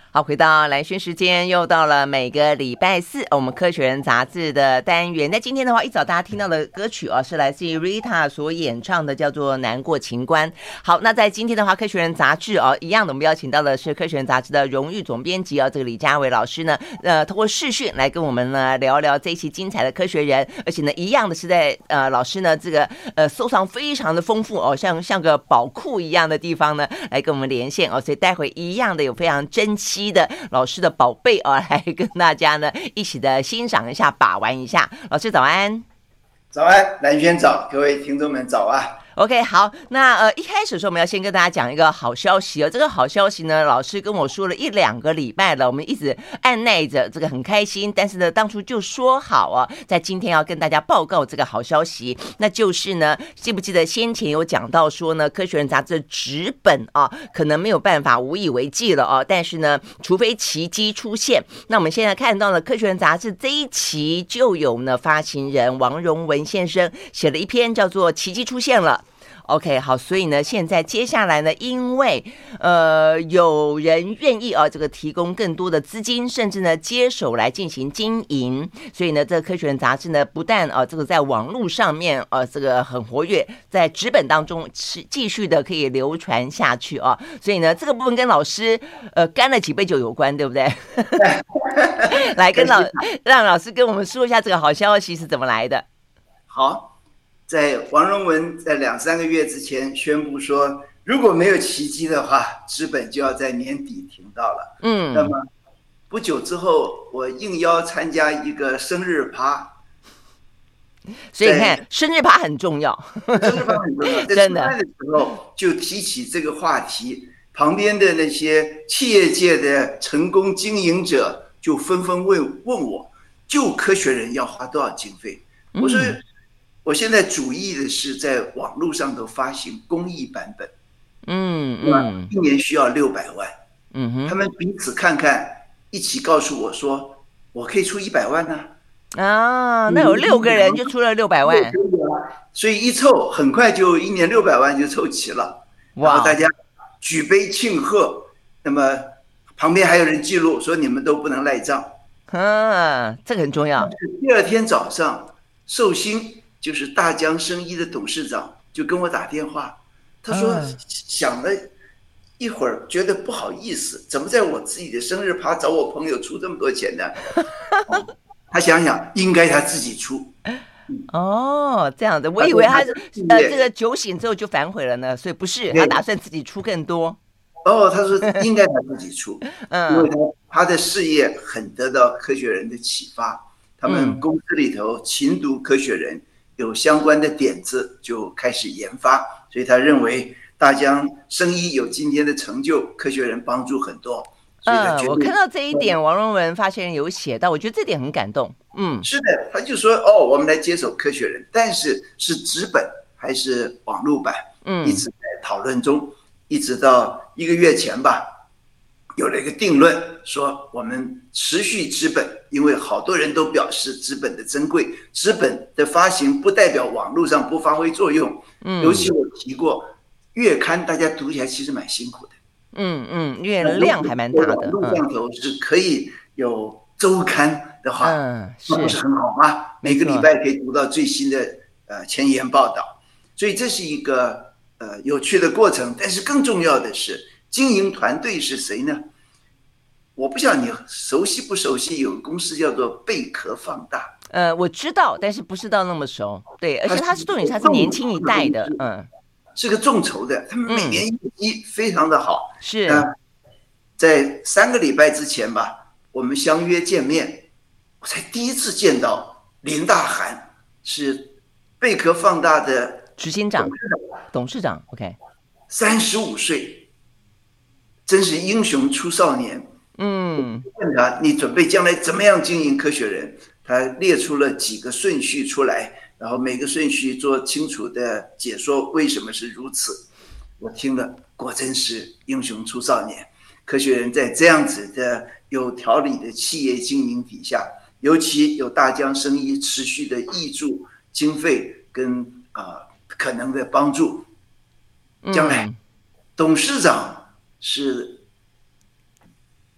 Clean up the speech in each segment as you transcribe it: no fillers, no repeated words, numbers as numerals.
好，回到蓝轩时间，又到了每个礼拜四我们科学人杂志的单元。那今天的话，一早大家听到的歌曲是来自于 Rita 所演唱的，叫做《难过情关》。好，那在今天的话，科学人杂志一样的，我们邀请到的是科学人杂志的荣誉总编辑这个李家伟老师呢，通过视讯来跟我们呢聊聊这一期精彩的科学人，而且呢，一样的是在老师呢这个收藏非常的丰富像个宝库一样的地方呢，来跟我们连线所以待会一样的有非常珍惜的老师的宝贝来跟大家呢一起的欣赏一下，把玩一下。老师早安。 早安，蓝轩早，各位听众们早啊。 OK， 好，那一开始的时候我们要先跟大家讲一个好消息这个好消息呢，老师跟我说了1-2个礼拜了，我们一直按耐着，这个很开心，但是呢，当初就说好在今天要跟大家报告这个好消息，那就是呢，记不记得先前有讲到说呢，科学人杂志的纸本可能没有办法无以为继了但是呢，除非奇迹出现，那我们现在看到了科学人杂志这一期就有呢发行人王荣文先生写了一篇叫做《奇迹出现了》。OK， 好，所以呢，现在接下来呢，因为有人愿意这个提供更多的资金，甚至呢接手来进行经营，所以呢，这个科学人杂志呢，不但这个在网络上面这个很活跃，在纸本当中继续的可以流传下去所以呢，这个部分跟老师干了几杯酒有关，对不对？来让老师跟我们说一下这个好消息是怎么来的。 好。在王荣文在2-3个月之前宣布说，如果没有奇迹的话，纸本就要在年底停到了。那么不久之后，我应邀参加一个生日趴， 所以你看，生日趴很重要， 生日趴很重要。在吃饭的时候就提起这个话题，旁边的那些企业界的成功经营者就纷纷问我，就科学人要花多少经费？我说。我现在主意的是在网络上头发行公益版本，一年需要600万，他们彼此看看，一起告诉我说，我可以出100万呢。 那有6个人就出了600万， 所以一凑，很快就1年600万就凑齐了，然后大家举杯庆贺。那么旁边还有人记录说你们都不能赖账， 这个很重要。 第二天早上，寿星。就是大江生医的董事长就跟我打电话，他说想了一会儿，觉得不好意思，怎么在我自己的生日趴找我朋友出这么多钱呢？他想想，应该他自己出。 这样的，我以为他这个酒醒之后就反悔了呢，所以不是，他打算自己出更多。 他说应该他自己出，因为他的事业很得到科学人的启发，他们公司里头勤读科学人。有相关的点子就开始研发，所以他认为大江生医有今天的成就，科学人帮助很多。 我看到这一点，王荣文发现人有写到，我觉得这点很感动。 是的，他就说我们来接手科学人，但是是纸本还是网络版，一直在讨论中，一直到1个月前吧，有了一个定论，说我们持续纸本，因为好多人都表示纸本的珍贵，纸本的发行不代表网络上不发挥作用。尤其我提过，月刊大家读起来其实蛮辛苦的。 因为量还蛮大的。 网络上头是可以有周刊的话，那不是很好吗？每个礼拜可以读到最新的前沿报道，所以这是一个有趣的过程。但是更重要的是，经营团队是谁呢？我不晓得你熟悉不熟悉，有个公司叫做贝壳放大。 我知道，但是不是到那么熟。对，而且他是年轻一代的， 是个众筹的，他们每年业绩非常的好。 是在3个礼拜之前吧，我们相约见面，我才第一次见到林大涵，是贝壳放大的执行长、董事长。OK， 35岁，真是英雄出少年。问他你准备将来怎么样经营科学人？他列出了几个顺序出来，然后每个顺序做清楚的解说，为什么是如此。我听了，果真是英雄出少年。科学人在这样子的有条理的企业经营底下，尤其有大江生医持续的挹注经费跟可能的帮助，将来董事长是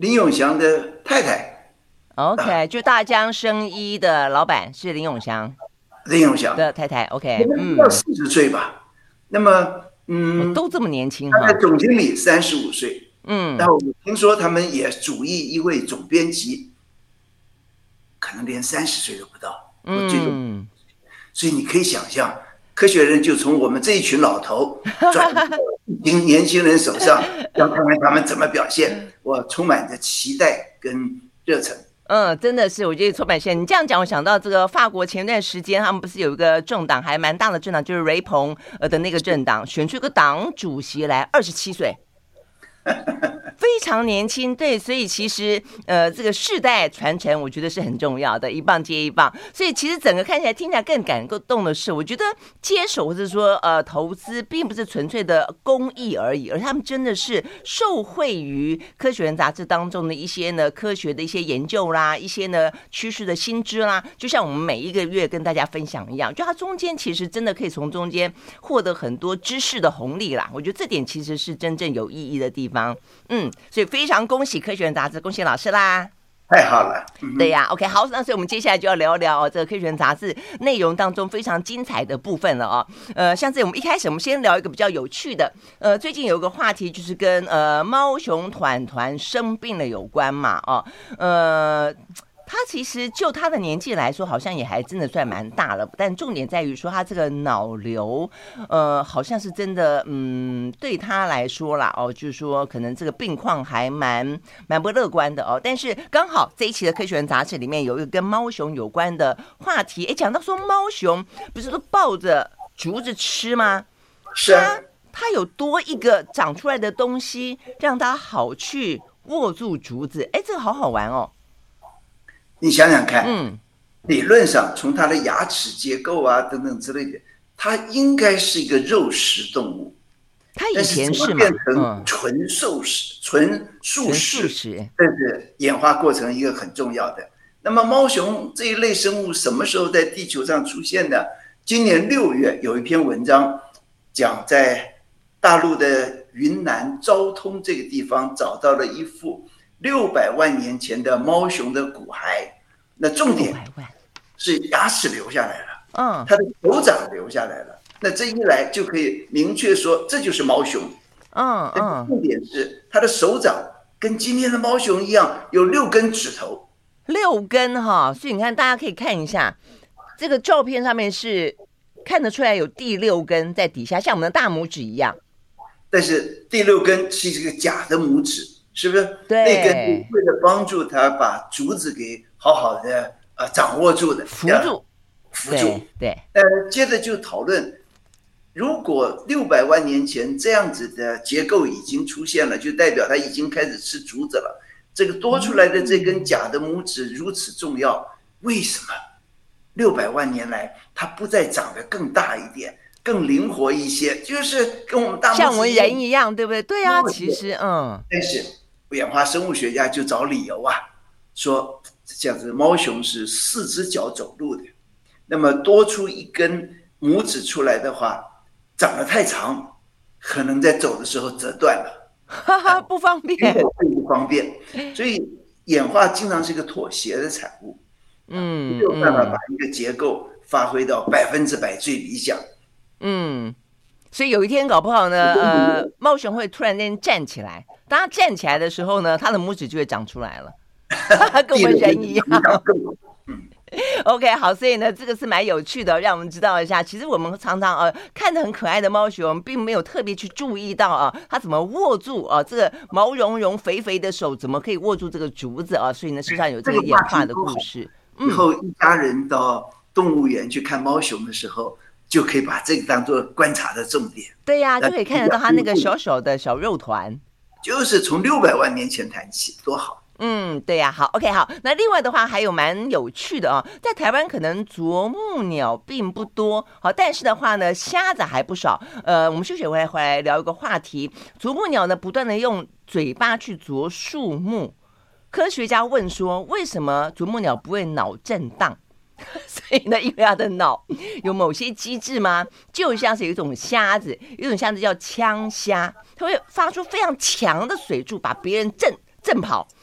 林永祥的太太。 OK，就大江生医的老板是林永祥的太太。OK， 到40岁吧。那么， 都这么年轻哈。 他的总经理35岁。然后我听说他们也主意一位总编辑，可能连30岁都不到。所以你可以想象，科学人就从我们这一群老头转到年轻人手上，要看看他们怎么表现。我充满着期待跟热忱。 真的是，我觉得充满线。你这样讲，我想到这个法国前段时间，他们不是有一个政党还蛮大的政党，就是雷朋的那个政党，选出一个党主席来，27岁。非常年轻，对，所以其实这个世代传承，我觉得是很重要的，一棒接一棒。所以其实整个看起来、听起来更感动的是，我觉得接手或者说投资，并不是纯粹的公益而已，而他们真的是受惠于科学人杂志当中的一些呢科学的一些研究啦，一些呢趋势的新知啦，就像我们每一个月跟大家分享一样，就它中间其实真的可以从中间获得很多知识的红利啦。我觉得这点其实是真正有意义的地方。所以非常恭喜科学人杂志，恭喜老师啦！ 太好了， 对呀 ，OK， 好，那所以我们接下来就要聊聊这个科学人杂志内容当中非常精彩的部分了像这我们一开始我们先聊一个比较有趣的，最近有一个话题就是跟猫熊团团生病了有关嘛，他其实就他的年纪来说，好像也还真的算蛮大了，但重点在于说他这个脑瘤，好像是真的，对他来说啦，就是说可能这个病况还蛮不乐观的但是刚好这一期的科学人杂志里面有一个跟猫熊有关的话题，讲到说猫熊不是都抱着竹子吃吗？ 是啊， 它有多一个长出来的东西，让它好去握住竹子，这个好好玩哦。 你想想看，理论上从它的牙齿结构啊等等之类的，它应该是一个肉食动物。 它以前是嘛， 变成纯素食，这是演化过程一个很重要的。那么猫熊这一类生物什么时候在地球上出现呢？今年6月有一篇文章讲，在大陆的云南昭通这个地方找到了一副600万年前的猫熊的骨骸，那重点是牙齿留下来了，它的手掌留下来了，那这一来就可以明确说这就是猫熊。重点是它的手掌跟今天的猫熊一样，有6根指头 ，6根哈，所以你看大家可以看一下这个照片上面是看得出来有第6根在底下，像我们的大拇指一样， 但是第6根是一个假的拇指，是不是？ 对， 那个为了帮助他把竹子给好好的掌握住的， 扶住。对。 接着就讨论，如果600万年前这样子的结构已经出现了，就代表他已经开始吃竹子了。这个多出来的这根假的拇指如此重要，为什么600万年来它不再长得更大一点？更灵活一些，就是跟我们大拇指像我们人一样，对不对？对啊，其实但是演化生物学家就找理由说这样子猫熊是4只脚走路的，那么多出一根拇指出来的话，长得太长，可能在走的时候折断了， 不方便， 不方便，所以演化经常是一个妥协的产物，没有办法把一个结构发挥到100%最理想。 所以有一天搞不好呢，猫熊会突然间站起来。当它站起来的时候呢，它的拇指就会长出来了，跟我们人一样。OK， 好，所以呢，这个是蛮有趣的，让我们知道一下。其实我们常常看着很可爱的猫熊，并没有特别去注意到它怎么握住这个毛茸茸肥肥的手，怎么可以握住这个竹子所以呢，事实上有这个演化的故事。 以后一家人到动物园去看猫熊的时候，就可以把这个当作观察的重点。 对呀，就可以看得到它那个小小的小肉团， 就是从600万年前谈起，多好。 对呀，好 ，OK， 好。那另外的话还有蛮有趣的在台湾可能啄木鸟并不多，好，但是的话呢，虾子还不少。我们休息回来聊一个话题，啄木鸟呢不断的用嘴巴去啄树木，科学家问说，为什么啄木鸟不会脑震荡？所以呢，因为它的脑有某些机制吗？就像是有一种虾子叫枪虾，它会发出非常强的水柱，把别人震跑。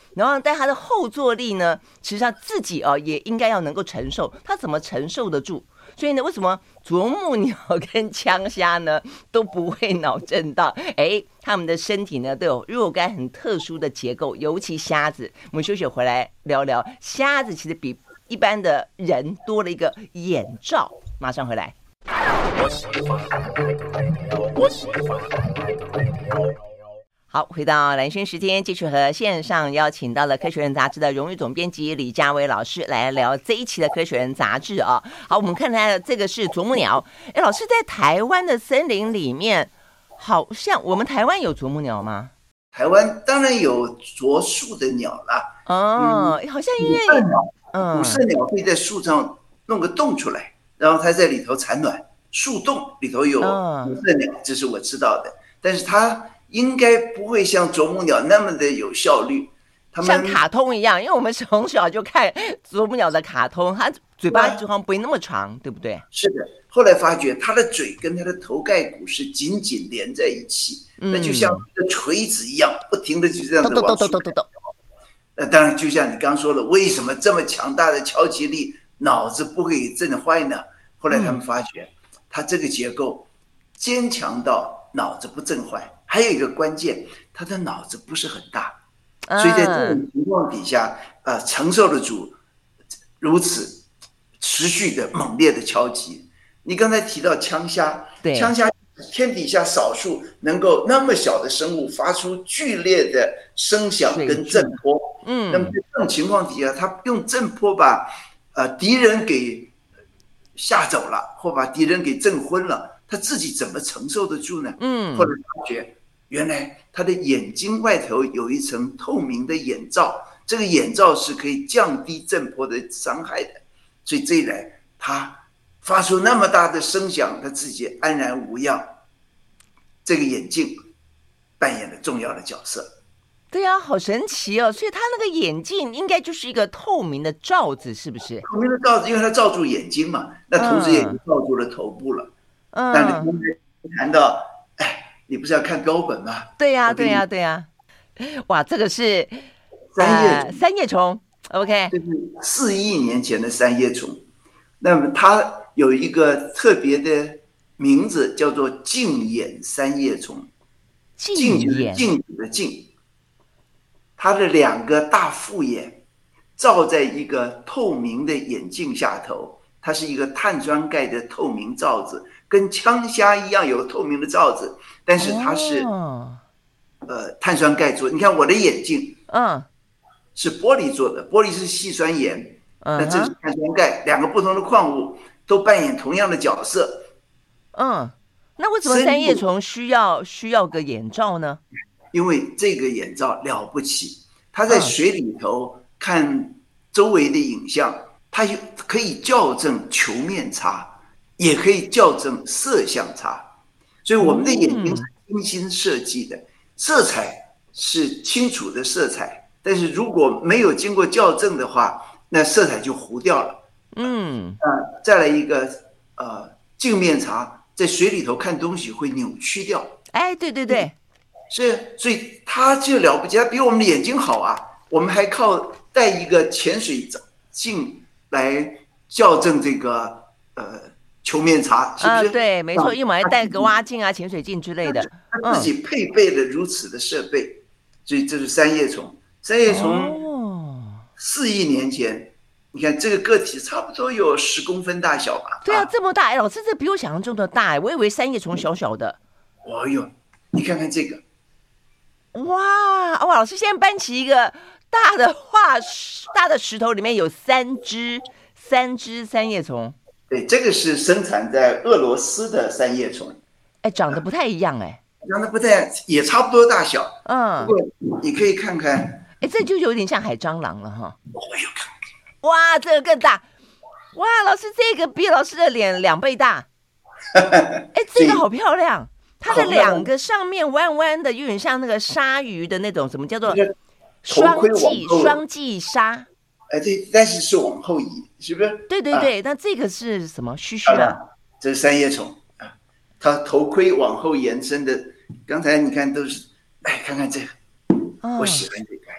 然后但他的后坐力呢，其实他自己也应该要能够承受，他怎么承受得住？所以呢，为什么啄木鸟跟枪虾呢都不会脑震荡？他们的身体呢都有若干很特殊的结构，尤其虾子。我们休息回来聊聊，虾子其实比一般的人多了一个眼罩。马上回来。好，回到蓝轩时间，继续和线上邀请到了科学人杂志的荣誉总编辑李家维老师来聊这一期的科学人杂志啊。好，我们看到这个是啄木鸟。老师，在台湾的森林里面，好像我们台湾有啄木鸟吗？ 台湾当然有啄树的鸟啦。 好像因为五色鸟会在树上弄个洞出来，然后它在里头产卵。树洞里头有五色鸟，这是我知道的，但是它应该不会像啄木鸟那么的有效率。他们像卡通一样，因为我们从小就看啄木鸟的卡通，它嘴巴好像不会那么长，对不对？ 是的，后来发觉它的嘴跟它的头盖骨是紧紧连在一起，那就像一个锤子一样，不停的就这样子往树。那当然，就像你刚说的，为什么这么强大的敲击力，脑子不会震坏呢？后来他们发觉，它这个结构坚强到脑子不震坏。还有一个关键，他的脑子不是很大，所以在这种情况底下，承受得住如此持续的猛烈的敲击。你刚才提到枪虾，枪虾天底下少数能够那么小的生物发出剧烈的声响跟震波。那么在这种情况底下，他用震波把敌人给吓走了，或把敌人给震昏了，他自己怎么承受得住呢？后来发觉，原来他的眼睛外头有一层透明的眼罩，这个眼罩是可以降低震波的伤害的，所以这一来他发出那么大的声响，他自己安然无恙。这个眼镜扮演了重要的角色。 对啊，好神奇哦！所以他那个眼镜应该就是一个透明的罩子，是不是？ 透明的罩子，因为它罩住眼睛嘛，那同时也罩住了头部了。但是刚才谈到，你不是要看标本吗？ 对呀，对呀，对呀。哇，这个是三叶虫 ，OK， 这是4亿年前的三叶虫。那么它有一个特别的名字，叫做镜眼三叶虫。镜就是镜子的镜，它的2个大复眼照在一个透明的眼镜下头，它是一个碳酸钙的透明罩子，跟枪虾一样有透明的罩子，但是它是碳酸钙做。你看我的眼镜，是玻璃做的，玻璃是细酸盐，那这是碳酸钙，2个不同的矿物都扮演同样的角色。 那为什么三叶虫需要个眼罩呢？ 因为这个眼罩了不起，它在水里头看周围的影像，它可以校正球面差，也可以校正色相差。所以我们的眼睛是精心设计的，色彩是清楚的色彩，但是如果没有经过校正的话，那色彩就糊掉了。再来一个镜面差。在水里头看东西会扭曲掉。 对对对， 所以它就了不起，它比我们的眼睛好啊。我们还靠带一个潜水镜来校正这个球面差，是不是？ 对，没错，因为我们还带个蛙镜啊、潜水镜之类的。 它自己配备了如此的设备，所以这是三叶虫。三叶虫4亿年前。你看这个个体差不多有10公分大小吧？ 对啊，这么大！老师，这比我想象中的大，我以为三叶虫小小的。 你看看这个， 哇，老师现在搬起一个大的石头，里面有3只三叶虫。 对，这个是生产在俄罗斯的三叶虫。 长得不太一样长得不太，也差不多大小。不过你可以看看， 这就有点像海蟑螂了哈。哇，这个更大！哇，老师，这个比老师的脸2倍大。这个好漂亮，它的2个上面弯弯的，有点像那个鲨鱼的那种，什么叫做双髻鲨？ 对，但是往后移，是不是？ 对对对，那这个是什么？须须啊？ 这是三叶虫啊，它头盔往后延伸的。刚才你看都是，看看这个，我喜欢这个。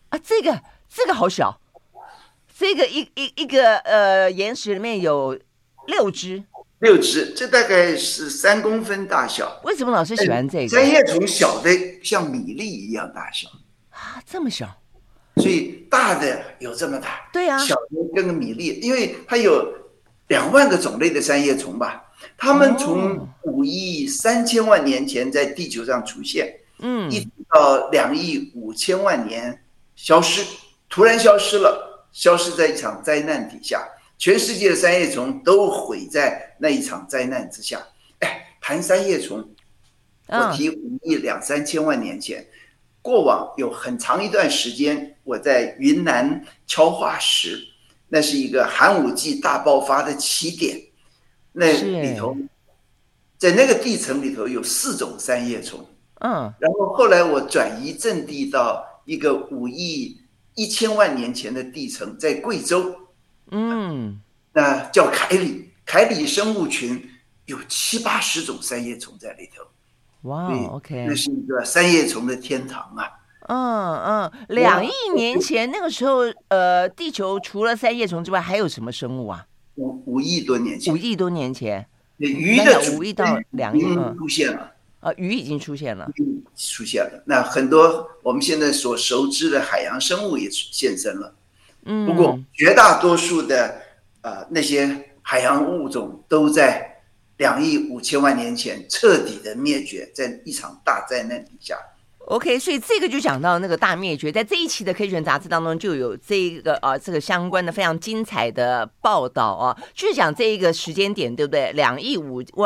啊，这个好小，这个一个岩石里面有6只。 6只，这大概是3公分大小。 为什么老师喜欢这个？ 三叶虫小的像米粒一样大小啊，这么小， 所以大的有这么大， 对啊， 小的跟个米粒，因为它有2万个种类的三叶虫吧，它们从5亿3千万年前在地球上出现，一直到2亿5千万年消失，突然消失了，消失在一场灾难底下。全世界的三叶虫都毁在那一场灾难之下。谈三叶虫，我提5亿2、3千万年前，过往有很长一段时间，我在云南敲化石，那是一个寒武纪大爆发的起点。那里头，在那个地层里头有4种三叶虫。然后后来我转移阵地到一个5亿1千万年前的地层，在贵州。那叫凯里生物群有70、80种三叶虫在里头。 哇 ，OK， 那是一个三叶虫的天堂啊。 2亿年前那个时候，地球除了三叶虫之外，还有什么生物啊 ？5亿多年前。 5亿多年前， 鱼的 5亿到2亿出现了。 鱼已经出现了。 那很多我们现在所熟知的海洋生物也现身了。不过绝大多数的那些海洋物种都在2亿5千万年前彻底的灭绝，在一场大灾难底下。 OK， 所以这个就讲到那个大灭绝，在这一期的科学杂志当中就有这个相关的非常精彩的报道啊，就是讲这一个时间点，对不对？2亿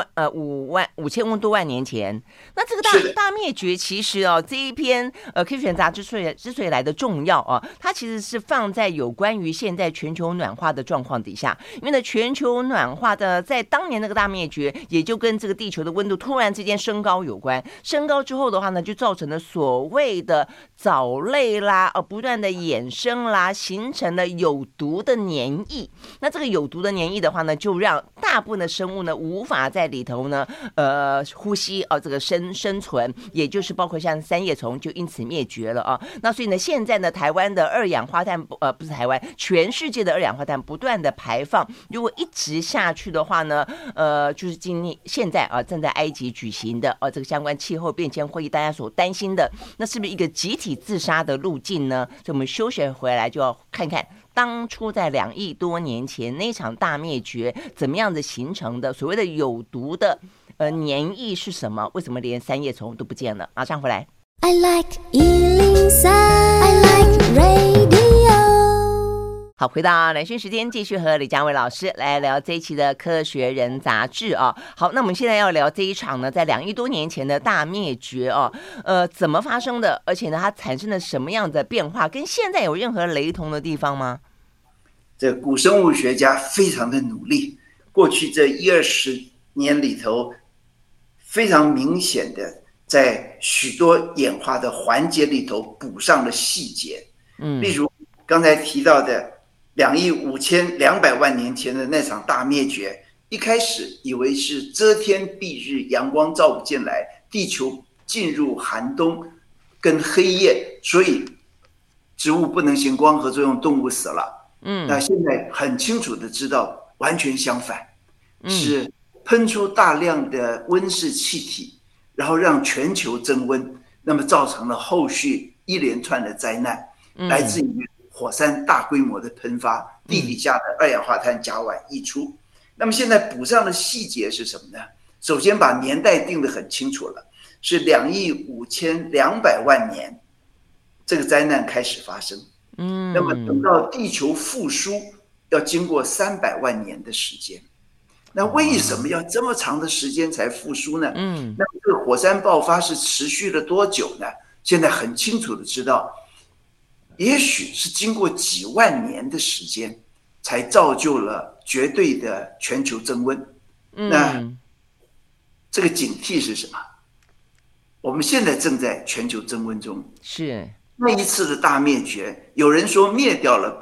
5千多万年前，那这个大灭绝其实这一篇科学杂志之所以来的重要啊，它其实是放在有关于现在全球暖化的状况底下，因为呢全球暖化的在当年那个大灭绝，也就跟这个地球的温度突然之间升高有关，升高之后的话呢，就造成了所谓的藻类啦，不断的衍生啦，形成了有毒的黏液。那这个有毒的黏液的话呢，就让大部分的生物呢无法在里头呢呼吸这个生存，也就是包括像三叶虫就因此灭绝了啊。那所以呢，现在呢，台湾的二氧化碳不是台湾，全世界的二氧化碳不断的排放，如果一直下去的话呢，就是现在正在埃及举行的这个相关气候变迁会议，大家所担心的。那是不是一个集体自杀的路径呢？所以我们休息回来就要看看当初在2亿多年前那场大灭绝怎么样的形成的，所谓的有毒的黏液是什么？为什么连三叶虫都不见了？马上回来。I like 103, I like radio。好，回到蓝轩时间，继续和李佳伟老师来聊这一期的科学人杂志啊。好，那我们现在要聊这一场呢，在2亿多年前的大灭绝哦，怎么发生的？而且呢，它产生了什么样的变化？跟现在有任何雷同的地方吗？ 这古生物学家非常的努力，过去这10-20年里头，非常明显的在许多演化的环节里头补上了细节。例如刚才提到的2亿5200万年前的那场大灭绝，一开始以为是遮天蔽日，阳光照不进来，地球进入寒冬跟黑夜，所以植物不能行光合作用，动物死了。那现在很清楚的知道，完全相反，是喷出大量的温室气体，然后让全球增温，那么造成了后续一连串的灾难，来自于火山大规模的喷发，地底下的二氧化碳甲烷溢出。那么现在补上的细节是什么呢？首先把年代定得很清楚了，是2亿5200万年，这个灾难开始发生。那么等到地球复苏，要经过300万年的时间。那为什么要这么长的时间才复苏呢？那么这个火山爆发是持续了多久呢？现在很清楚的知道，也许是经过几万年的时间，才造就了绝对的全球增温。那这个警惕是什么？我们现在正在全球增温中。 是那一次的大灭绝，有人说灭掉了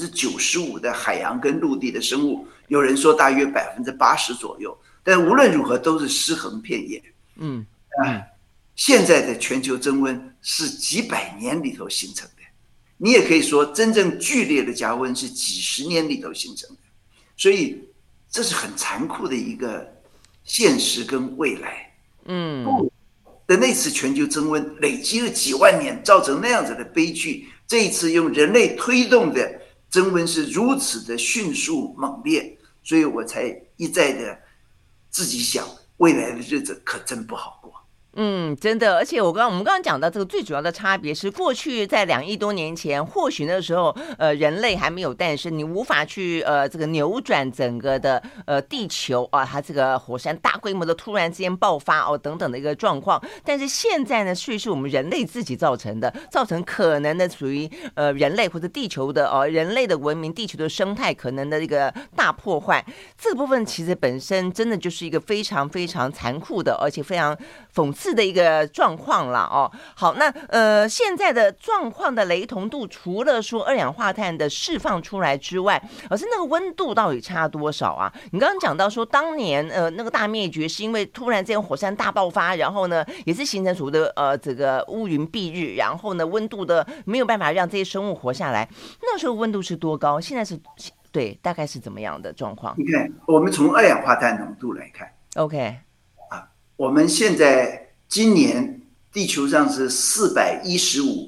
95%的海洋跟陆地的生物，有人说大约80%左右，但无论如何都是尸横遍野。现在的全球增温是几百年里头形成的， 你也可以说，真正剧烈的加温是几十年里头形成的，所以这是很残酷的一个现实跟未来。的那次全球增温累积了几万年，造成那样子的悲剧。这一次用人类推动的增温是如此的迅速猛烈，所以我才一再的自己想，未来的日子可真不好过。 真的，而且我们刚刚讲到这个最主要的差别是，过去在2亿多年前，或许那时候人类还没有诞生，你无法去这个扭转整个的地球啊，它这个火山大规模的突然之间爆发等等的一个状况。但是现在呢，却是我们人类自己造成的，造成可能的属于人类或者地球的人类的文明、地球的生态可能的一个大破坏。这个部分其实本身真的就是一个非常非常残酷的，而且非常讽刺的一个状况了好，那现在的状况的雷同度，除了说二氧化碳的释放出来之外，而是那个温度到底差多少啊？你刚刚讲到说，当年那个大灭绝是因为突然间火山大爆发，然后呢也是形成所谓的这个乌云蔽日，然后呢温度的没有办法让这些生物活下来。那时候温度是多高？现在是对，大概是怎么样的状况？ 你看，我们从二氧化碳浓度来看 ，OK。 我们现在今年地球上是415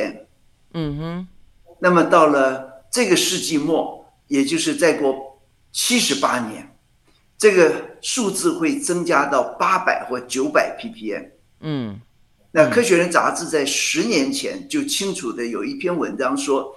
ppm，那么到了这个世纪末，也就是再过78年，这个数字会增加到800或900 ppm。那科学人杂志在10年前就清楚的有一篇文章说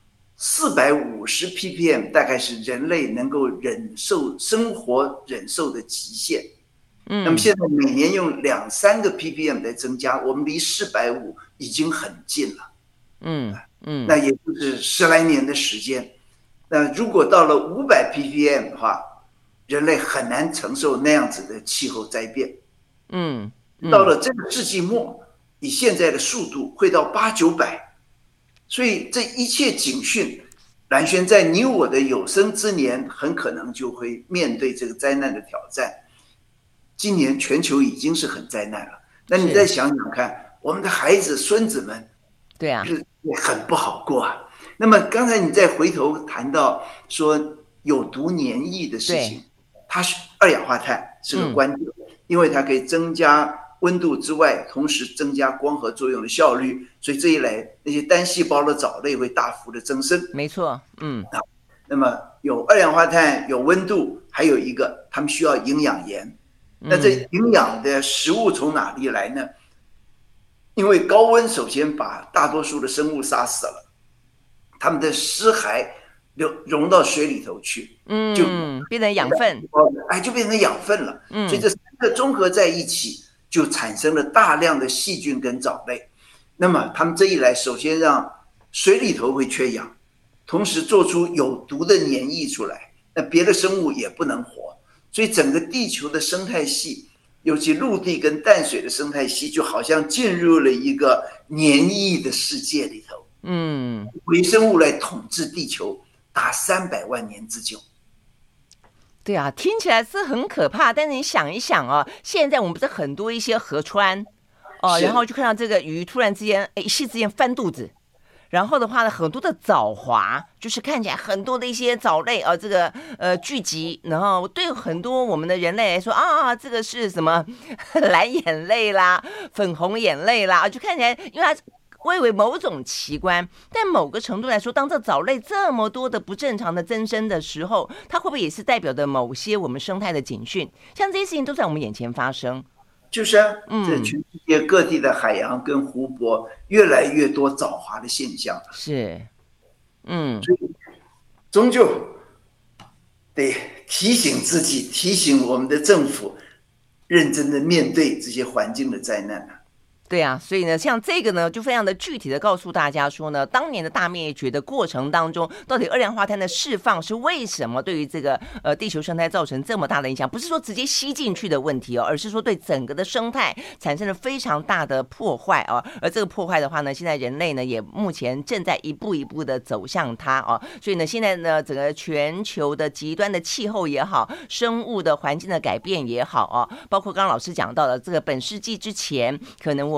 ，450 ppm 大概是人类能够生活忍受的极限。那么现在每年用2-3个 ppm 来增加，我们离450已经很近了。那也就是10来年的时间。那如果到了500 ppm 的话，人类很难承受那样子的气候灾变。到了这个世纪末，以现在的速度会到800-900，所以这一切警讯，蓝轩在你我的有生之年，很可能就会面对这个灾难的挑战。今年全球已经是很灾难了，那你再想想看，我们的孩子、孙子们， 对啊， 也很不好过啊。那么刚才你再回头谈到说有毒黏液的事情，它是二氧化碳是个关键，因为它可以增加温度之外，同时增加光合作用的效率，所以这一来，那些单细胞的藻类会大幅的增生。 没错， 那么有二氧化碳，有温度，还有一个，他们需要营养盐。那这营养的食物从哪里来呢？因为高温首先把大多数的生物杀死了，它们的尸骸融到水里头去，就变成养分， 就变成养分了。所以这3个综合在一起，就产生了大量的细菌跟藻类。那么它们这一来，首先让水里头会缺氧，同时做出有毒的黏液出来，那别的生物也不能活。所以整个地球的生态系，尤其陆地跟淡水的生态系，就好像进入了一个黏液的世界里头。微生物来统治地球，达300万年之久。 对啊，听起来是很可怕，但是你想一想现在我们不是很多一些河川然后就看到这个鱼突然之间一夕之间翻肚子。然后的话呢，很多的藻华，就是看起来很多的一些藻类这个聚集，然后对很多我们的人类来说这个是什么蓝眼泪啦、粉红眼泪啦，就看起来，因为它归为某种奇观，但某个程度来说，当这藻类这么多的不正常的增生的时候，它会不会也是代表着某些我们生态的警讯？像这些事情都在我们眼前发生。 就是这全世界各地的海洋跟湖泊越来越多藻华的现象了。 是， 所以终究得提醒自己，提醒我们的政府，认真的面对这些环境的灾难。 对啊，所以呢，像这个呢，就非常的具体的告诉大家说呢，当年的大灭绝的过程当中，到底二氧化碳的释放是为什么对于这个地球生态造成这么大的影响？不是说直接吸进去的问题而是说对整个的生态产生了非常大的破坏而这个破坏的话呢，现在人类呢也目前正在一步一步的走向它所以呢，现在呢，整个全球的极端的气候也好，生物的环境的改变也好包括刚刚老师讲到的这个本世纪之前，可能我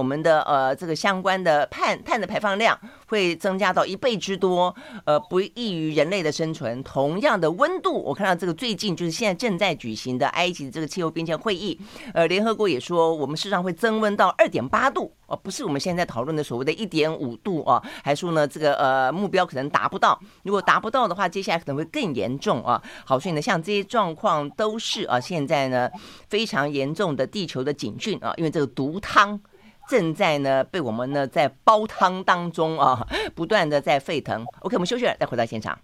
们的这个相关的碳的排放量会增加到1倍之多，不利于人类的生存。同样的温度，我看到这个最近就是现在正在举行的埃及的这个气候变迁会议，联合国也说我们事实上会增温到2.8度。不是我们现在讨论的所谓的1.5度啊，还说呢这个目标可能达不到，如果达不到的话，接下来可能会更严重啊。好，所以呢，像这些状况都是现在呢非常严重的地球的警讯啊，因为这个毒汤正在呢被我们呢在煲汤当中不断的在沸腾。OK， 我们休息了，再回到现场。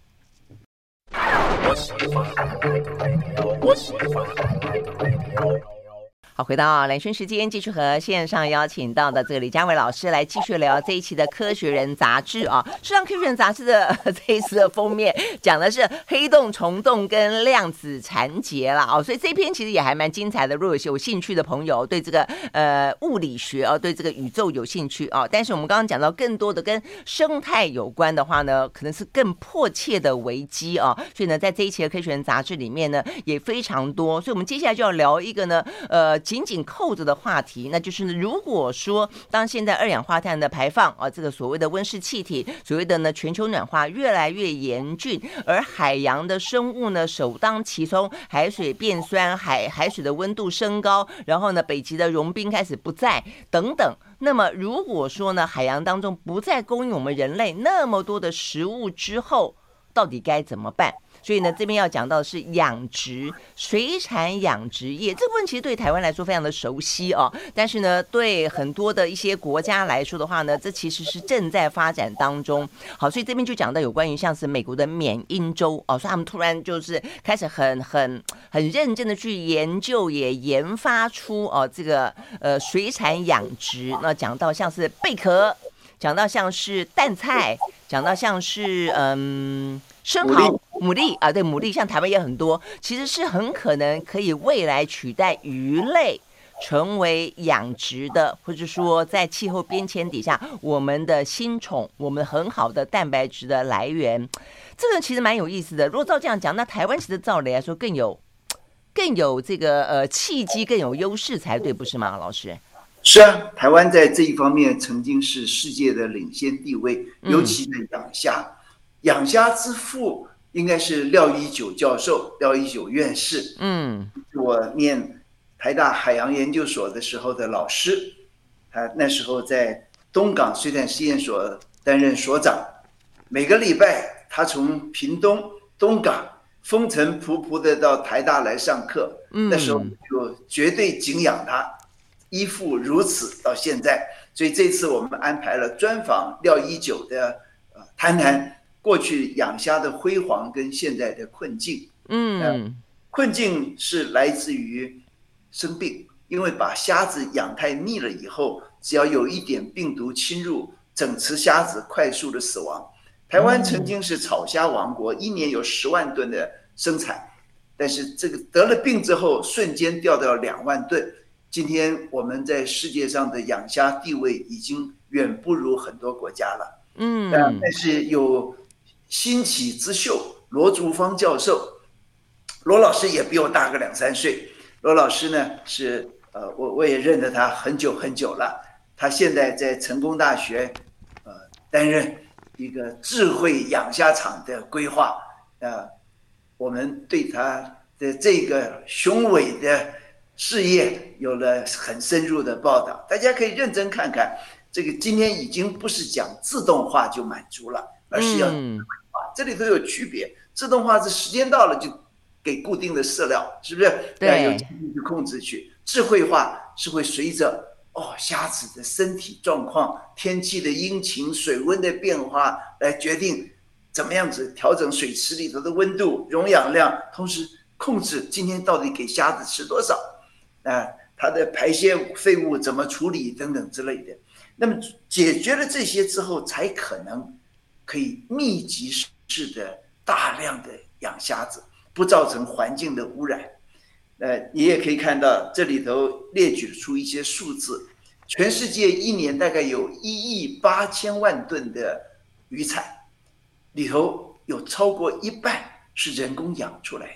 好，回到蓝轩时间，继续和线上邀请到的这个李家维老师来继续聊这一期的《科学人》杂志啊。实际上，《科学人》杂志的这一次的封面讲的是黑洞、虫洞跟量子缠结啦所以这篇其实也还蛮精彩的。如果有兴趣的朋友，对这个物理学对这个宇宙有兴趣但是我们刚刚讲到更多的跟生态有关的话呢，可能是更迫切的危机所以呢，在这一期的《科学人》杂志里面呢，也非常多。所以我们接下来就要聊一个呢，紧紧扣着的话题，那就是呢，如果说当现在二氧化碳的排放这个所谓的温室气体，所谓的呢全球暖化越来越严峻，而海洋的生物呢首当其冲，海水变酸，海水的温度升高，然后呢北极的融冰开始不在等等。那么如果说呢海洋当中不再供应我们人类那么多的食物之后，到底该怎么办？所以呢，这边要讲到的是养殖、水产养殖业这部分，其实对台湾来说非常的熟悉但是呢，对很多的一些国家来说的话呢，这其实是正在发展当中。好，所以这边就讲到有关于像是美国的缅因州所以他们突然就是开始很认真的去研究，也研发出这个水产养殖。那讲到像是贝壳，讲到像是蛋菜，讲到像是生蚝、牡蛎对，牡蛎像台湾也很多，其实是很可能可以未来取代鱼类成为养殖的，或者说在气候变迁底下我们的新宠，我们很好的蛋白质的来源。这个其实蛮有意思的。如果照这样讲，那台湾其实照理来说更有这个契机，更有优势才对，不是吗，老师？ 是啊，台湾在这一方面曾经是世界的领先地位，尤其是养虾。养虾之父应该是廖一九教授，廖一九院士。我念台大海洋研究所的时候的老师，他那时候在东港水产试验所担任所长。每个礼拜他从屏东东港风尘仆仆的到台大来上课。那时候就绝对敬仰他，依附如此到现在。所以这次我们安排了专访廖一九的，谈谈过去养虾的辉煌跟现在的困境。困境是来自于生病，因为把虾子养太腻了以后，只要有一点病毒侵入，整池虾子快速的死亡。台湾曾经是草虾王国，一年有10万吨的生产，但是这个得了病之后，瞬间掉到2万吨。今天我们在世界上的养虾地位已经远不如很多国家了。但是有新起之秀罗竹芳教授，罗老师也比我大个2-3岁。罗老师呢是我也认得他很久很久了。他现在在成功大学担任一个智慧养虾场的规划。我们对他的这个雄伟的事业有了很深入的报道，大家可以认真看看。这个今天已经不是讲自动化就满足了，而是要智慧化，这里头有区别。自动化是时间到了就给固定的饲料，是不是？对，有机器去控制去。智慧化是会随着虾子的身体状况、天气的阴晴、水温的变化来决定怎么样子调整水池里头的温度、溶氧量，同时控制今天到底给虾子吃多少，它的排泄废物怎么处理等等之类的。那么解决了这些之后，才可以密集式的大量的养虾子，不造成环境的污染。你也可以看到这里头列举出一些数字，全世界一年大概有1亿8千万吨的渔产，里头有超过一半是人工养出来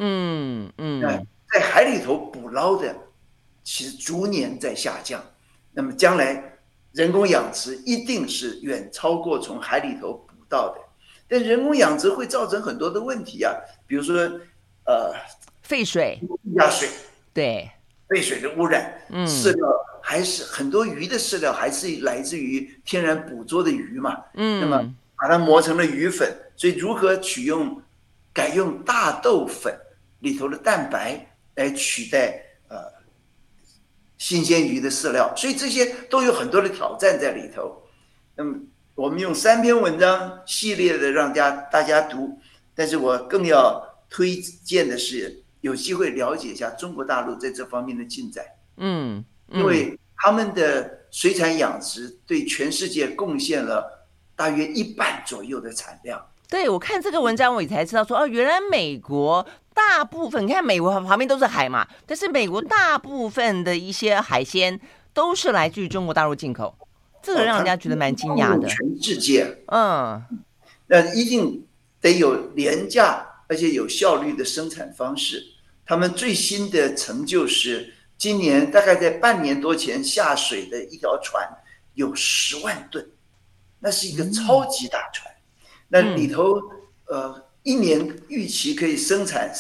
的。在海里头捕捞的其实逐年在下降。 那么将来人工养殖一定是远超过从海里头捕到的。但人工养殖会造成很多的问题啊，比如说废水、 地下水， 对， 废水的污染，饲料还是很多鱼的饲料还是来自于天然捕捉的鱼嘛，那么把它磨成了鱼粉，所以如何改用大豆粉里头的蛋白来取代新鲜鱼的饲料，所以这些都有很多的挑战在里头。那么我们用3篇文章系列的让大家读，但是我更要推荐的是有机会了解一下中国大陆在这方面的进展。因为他们的水产养殖对全世界贡献了大约1半左右的产量。 对，我看这个文章我也才知道说，原来美国大部分，你看美国旁边都是海嘛，但是美国大部分的一些海鲜都是来自于中国大陆进口，这个让人家觉得蛮惊讶的。 全世界，那一定得有廉价而且有效率的生产方式。他们最新的成就是今年大概在半年多前下水的一条船有10万吨，那是一个超级大船。那里头一年预期可以生产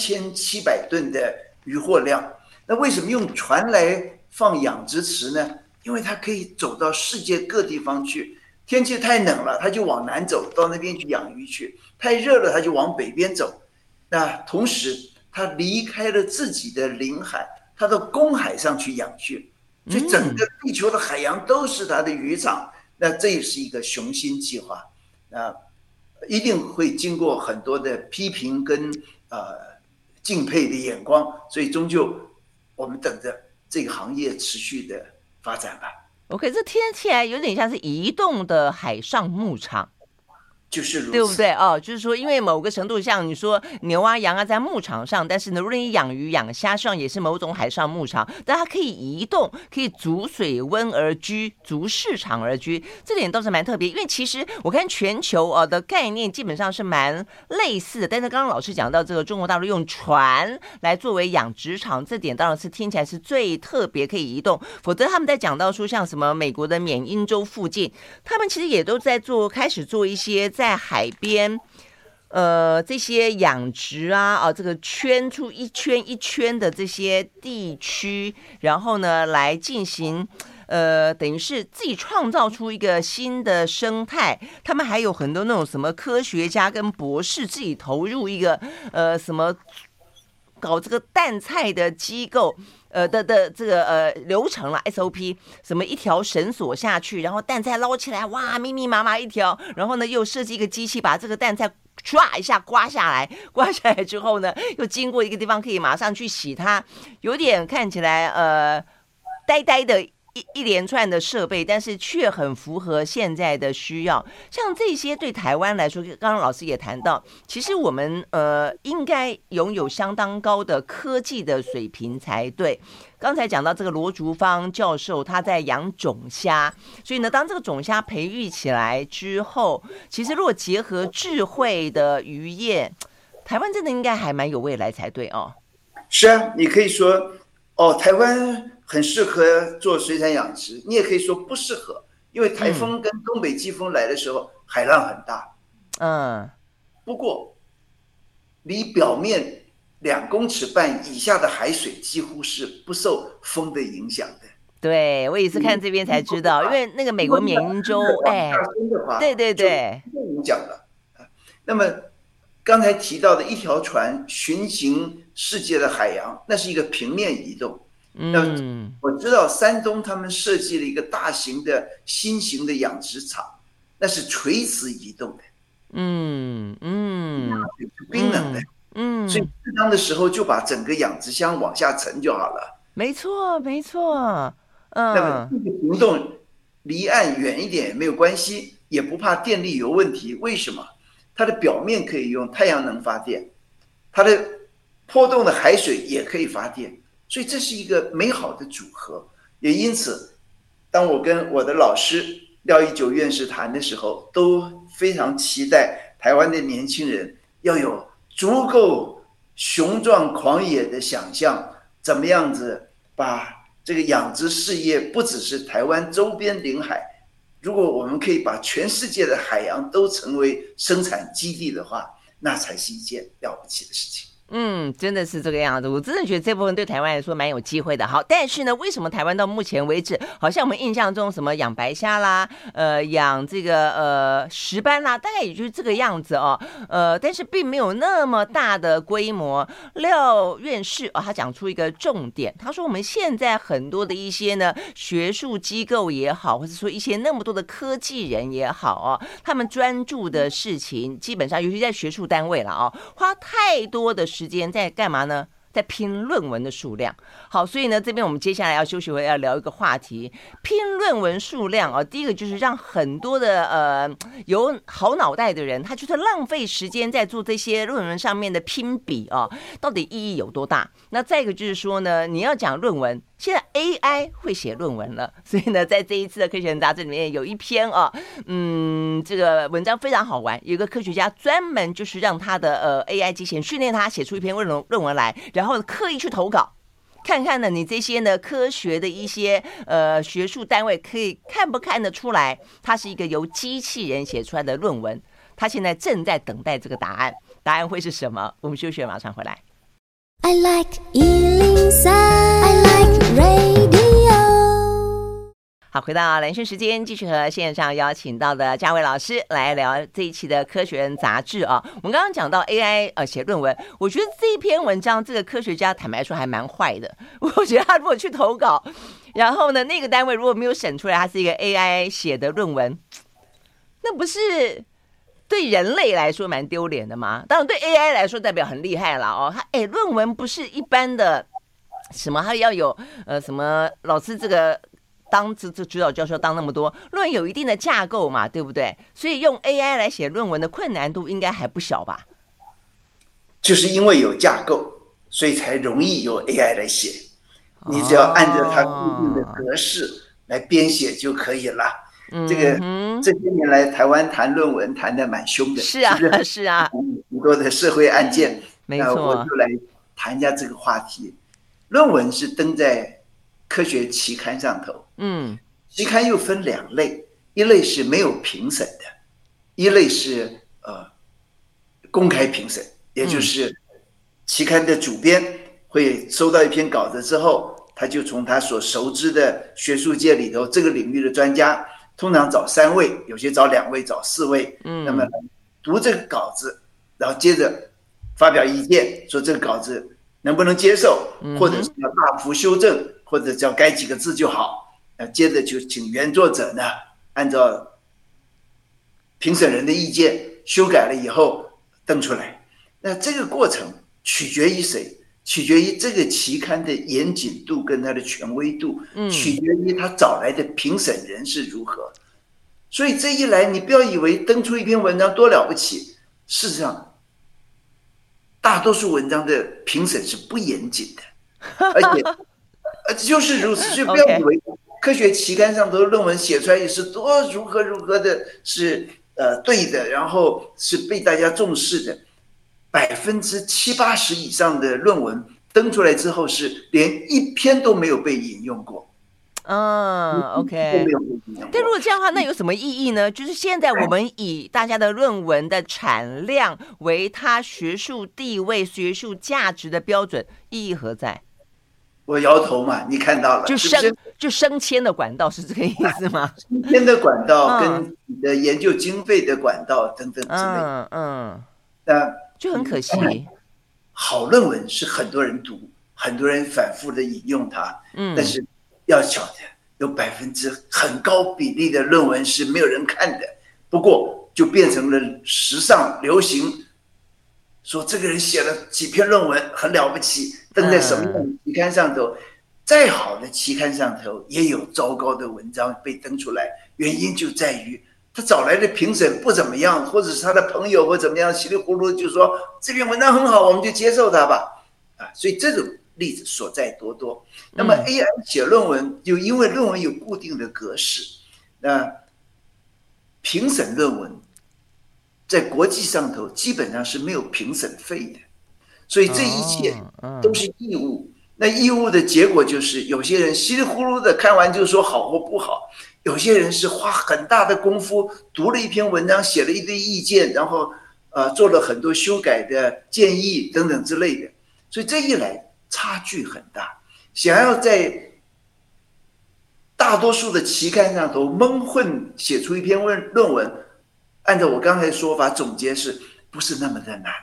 3700吨的渔获量。那为什么用船来放养殖池呢？因为它可以走到世界各地方去，天气太冷了它就往南走到那边去养鱼去，太热了它就往北边走。那同时它离开了自己的领海，它到公海上去养去，所以整个地球的海洋都是它的渔场。那这也是一个雄心计划，一定会经过很多的批评跟敬佩的眼光，所以终究我们等着这个行业持续的发展吧。 OK， 这听起来有点像是移动的海上牧场。 就是如此， 对不对？就是说，因为某个程度像你说牛啊、羊啊在牧场上，但是呢，如果你养鱼、养虾，实际上也是某种海上牧场，但它可以移动，可以逐水温而居，逐市场而居，这点倒是蛮特别。因为其实我看全球的概念基本上是蛮类似的，但是刚刚老师讲到这个中国大陆用船来作为养殖场，这点当然是听起来是最特别可以移动。否则他们在讲到说像什么美国的缅因州附近，他们其实也都在开始做一些在海边，这些养殖啊，这个圈出一圈一圈的这些地区，然后呢，来进行，等于是自己创造出一个新的生态。他们还有很多那种什么科学家跟博士自己投入一个，什么搞这个蛋菜的机构。的这个流程了 SOP， 什么一条绳索下去，然后蛋菜捞起来，哇，密密麻麻一条，然后呢又设计一个机器把这个蛋菜唰一下刮下来之后呢，又经过一个地方可以马上去洗它，有点看起来呆呆的一连串的设备，但是却很符合现在的需要。像这些对台湾来说，刚刚老师也谈到，其实我们应该拥有相当高的科技的水平才对。刚才讲到这个罗竹芳教授，他在养种虾，所以呢，当这个种虾培育起来之后，其实如果结合智慧的渔业，台湾真的应该还蛮有未来才对哦。 是啊，你可以说台湾很适合做水产养殖，你也可以说不适合，因为台风跟东北季风来的时候，海浪很大。不过离表面2公尺半以下的海水几乎是不受风的影响的。 对，我也是看这边才知道，因为那个美国缅因州，对对对， 不影响了。那么刚才提到的一条船巡行世界的海洋，那是一个平面移动。那我知道山东他们设计了一个大型的新型的养殖场，那是垂直移动的，冰冷的，所以适当的时候就把整个养殖箱往下沉就好了。 没错没错， 那么这个行动离岸远一点也没有关系，也不怕电力有问题。为什么？它的表面可以用太阳能发电，它的波动的海水也可以发电。所以这是一个美好的组合，也因此，当我跟我的老师廖一九院士谈的时候，都非常期待台湾的年轻人要有足够雄壮狂野的想象，怎么样子把这个养殖事业不只是台湾周边临海，如果我们可以把全世界的海洋都成为生产基地的话，那才是一件了不起的事情。 真的是这个样子。我真的觉得这部分对台湾来说蛮有机会的。好，但是呢，为什么台湾到目前为止，好像我们印象中什么养白虾啦，养这个石斑啦，大概也就是这个样子哦。但是并没有那么大的规模。廖院士他讲出一个重点，他说我们现在很多的一些呢学术机构也好，或者说一些那么多的科技人也好他们专注的事情，基本上尤其在学术单位了花太多的时间在干嘛呢？在拼论文的数量。好，所以呢，这边我们接下来要休息回来要聊一个话题，拼论文数量第一个就是让很多的有好脑袋的人，他就是浪费时间在做这些论文上面的拼比到底意义有多大？那再一个就是说呢，你要讲论文，现在 AI 会写论文了，所以呢，在这一次的科学人杂志里面有一篇这个文章非常好玩，有一个科学家专门就是让他的AI 机器人训练他写出一篇论文来，然后刻意去投稿，看看呢你这些呢科学的一些学术单位可以看不看得出来，它是一个由机器人写出来的论文。他现在正在等待这个答案，答案会是什么？我们休息，马上回来。 I like 103, I like radio。 好，回到蓝轩时间，继续和线上邀请到的嘉伟老师来聊这一期的科学人杂志我们刚刚讲到 AI 写论文，我觉得这一篇文章这个科学家坦白说还蛮坏的。我觉得他如果去投稿，然后呢那个单位如果没有审出来他是一个 AI 写的论文，那不是对人类来说蛮丢脸的吗？当然对 AI 来说代表很厉害了他论文不是一般的什么，他要有什么老师这个当指导教授当那么多，论文有一定的架构嘛，对不对？所以用 AI 来写论文的困难度应该还不小吧？ 就是因为有架构，所以才容易由 AI 来写。你只要按照它固定的格式来编写就可以了。这个这些年来台湾谈论文谈得蛮凶的， 是啊是啊， 很多的社会案件， 没错。 我就来谈一下这个话题。论文是登在科学期刊上头，期刊又分两类，一类是没有评审的，一类是公开评审，也就是期刊的主编会收到一篇稿子之后，他就从他所熟知的学术界里头这个领域的专家，通常找3位，有些找2位，找4位，那么读这个稿子，然后接着发表意见，说这个稿子能不能接受，或者是要大幅修正，或者只要改几个字就好。接着就请原作者呢，按照评审人的意见修改了以后登出来。那这个过程取决于谁？取决于这个期刊的严谨度跟它的权威度，取决于他找来的评审人是如何。所以这一来，你不要以为登出一篇文章多了不起，事实上大多数文章的评审是不严谨的，而且就是如此。所以不要以为科学期刊上头的论文写出来也是多如何的是对的，然后是被大家重视的。70%-80%以上的论文登出来之后是连一篇都没有被引用过。 OK。但如果这样的话，那有什么意义呢？就是现在我们以大家的论文的产量为它学术地位、学术价值的标准，意义何在？ 我摇头嘛，你看到了， 就升迁的管道是这个意思吗？ 升迁的管道跟你的研究经费的管道等等之类的， 就很可惜。 好论文是很多人读，很多人反复的引用它，但是要晓得有很高比例的论文是没有人看的，不过就变成了时尚流行，说这个人写了几篇论文很了不起，登在什么样的期刊上头，再好的期刊上头也有糟糕的文章被登出来，原因就在于他找来的评审不怎么样，或者是他的朋友或怎么样稀里糊涂就说这篇文章很好，我们就接受它吧。所以这种例子所在多多。那么 AI 写论文，就因为论文有固定的格式，那评审论文在国际上头基本上是没有评审费的，所以这一切都是义务。 那义务的结果就是有些人稀里糊涂的看完就说好或不好，有些人是花很大的功夫读了一篇文章，写了一堆意见，然后做了很多修改的建议等等之类的，所以这一来差距很大。想要在大多数的期刊上头蒙混写出一篇论文，按照我刚才的说法总结，是不是那么的难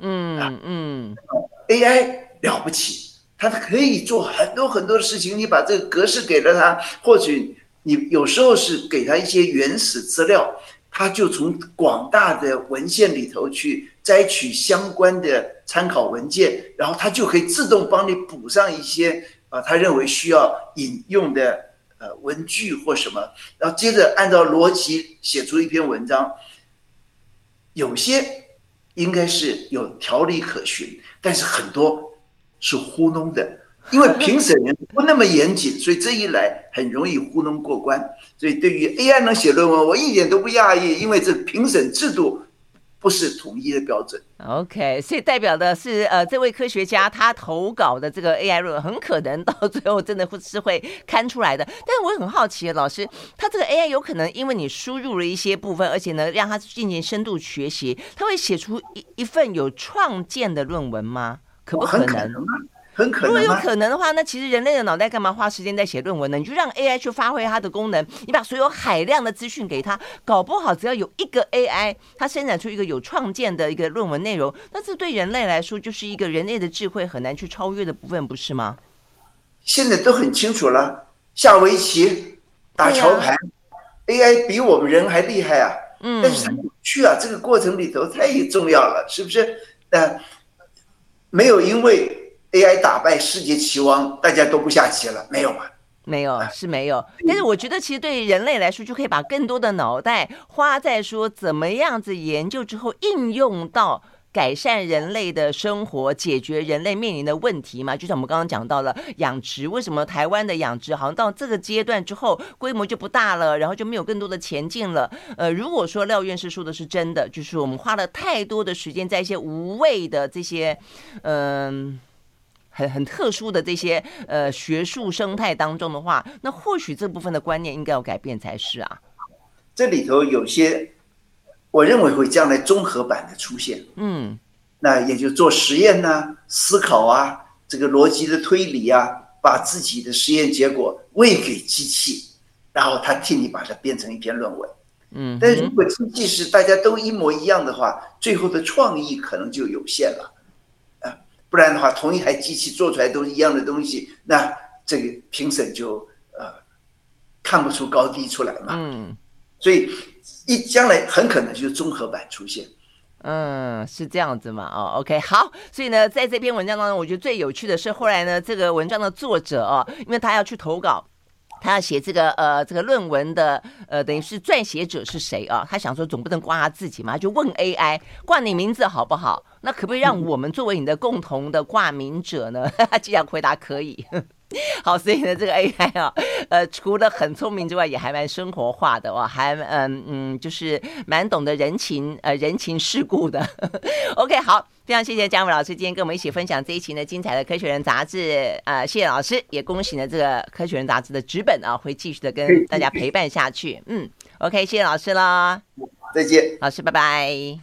？AI 了不起，它可以做很多很多的事情，你把这个格式给了它，或许你有时候是给它一些原始资料，它就从广大的文献里头去摘取相关的参考文件，然后它就可以自动帮你补上一些他认为需要引用的文句或什么，然后接着按照逻辑写出一篇文章。有些应该是有条理可循，但是很多是糊弄的，因为评审人不那么严谨，所以这一来很容易糊弄过关。所以对于 AI 能写论文，我一点都不讶异，因为这评审制度不是统一的标准。 OK， 所以代表的是这位科学家他投稿的这个 AI 论文很可能到最后真的是会刊出来的。但是我很好奇，老师，他这个 AI 有可能因为你输入了一些部分，而且呢让他进行深度学习，他会写出一份有创建的论文吗？可不可能？ 很可能。 如果有可能的话，那其实人类的脑袋干嘛花时间在写论文呢？你就让 AI 去发挥它的功能，你把所有海量的资讯给它，搞不好只要有一个 AI， 它生产出一个有创建的一个论文内容，那这对人类来说就是一个人类的智慧很难去超越的部分，不是吗？ 现在都很清楚了，下围棋、打桥牌、AI 比我们人还厉害啊！但是很有趣啊，这个过程里头太重要了，是不是？没有因为AI 打败世界棋王，大家都不下棋了，没有嘛？ 没有，是没有。但是我觉得，其实对人类来说，就可以把更多的脑袋花在说怎么样子研究之后应用到改善人类的生活，解决人类面临的问题嘛。就像我们刚刚讲到了养殖，为什么台湾的养殖好像到这个阶段之后规模就不大了，然后就没有更多的前进了。如果说廖院士说的是真的，就是我们花了太多的时间在一些无谓的这些很特殊的这些学术生态当中的话，那或许这部分的观念应该要改变才是啊。 这里头有些我认为会将来综合版的出现，那也就做实验啊、思考啊、这个逻辑的推理啊，把自己的实验结果喂给机器，然后它替你把它编成一篇论文。但是如果机器是大家都一模一样的话，最后的创意可能就有限了。不然的话，同一台机器做出来都是一样的东西，那这个评审就看不出高低出来嘛。所以将来很可能就是综合版出现。 是这样子嘛？OK， 好。所以呢，在这篇文章当中，我觉得最有趣的是后来呢，这个文章的作者因为他要去投稿。他要写这个论文的等于是撰写者是谁啊？他想说总不能挂他自己嘛，就问 AI 挂你名字好不好？那可不可以让我们作为你的共同的挂名者呢？他既然回答可以。好，所以呢，这个 AI 除了很聪明之外，也还蛮生活化的还就是蛮懂得人情世故的。OK， 好，非常谢谢嘉伟老师今天跟我们一起分享这一期呢精彩的科学人杂志谢谢老师，也恭喜呢这个科学人杂志的纸本会继续的跟大家陪伴下去。OK， 谢谢老师啦， 再见， 老师拜拜。